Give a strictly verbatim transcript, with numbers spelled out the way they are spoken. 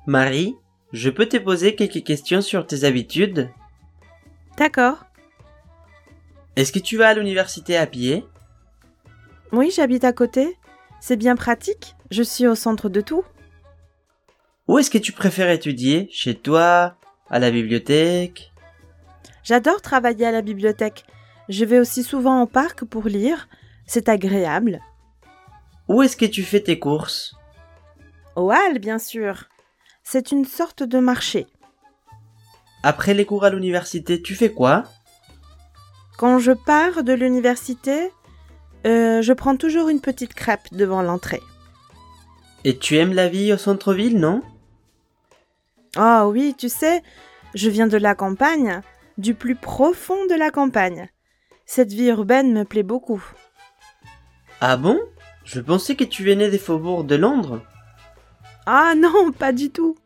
Marie, je peux te poser quelques questions sur tes habitudes? D'accord. Est-ce que tu vas à l'université à pied? Oui, j'habite à côté. C'est bien pratique. Je suis au centre de tout. Où est-ce que tu préfères étudier? Chez toi? À la bibliothèque? J'adore travailler à la bibliothèque. Je vais aussi souvent au parc pour lire. C'est agréable. Où est-ce que tu fais tes courses? Au hall, bien sûr. C'est une sorte de marché. Après les cours à l'université, tu fais quoi? Quand je pars de l'université, euh, je prends toujours une petite crêpe devant l'entrée. Et tu aimes la vie au centre-ville, non? Ah oui, tu sais, je viens de la campagne, du plus profond de la campagne. Cette vie urbaine me plaît beaucoup. Ah bon? Je pensais que tu venais des faubourgs de Londres. Ah non, pas du tout.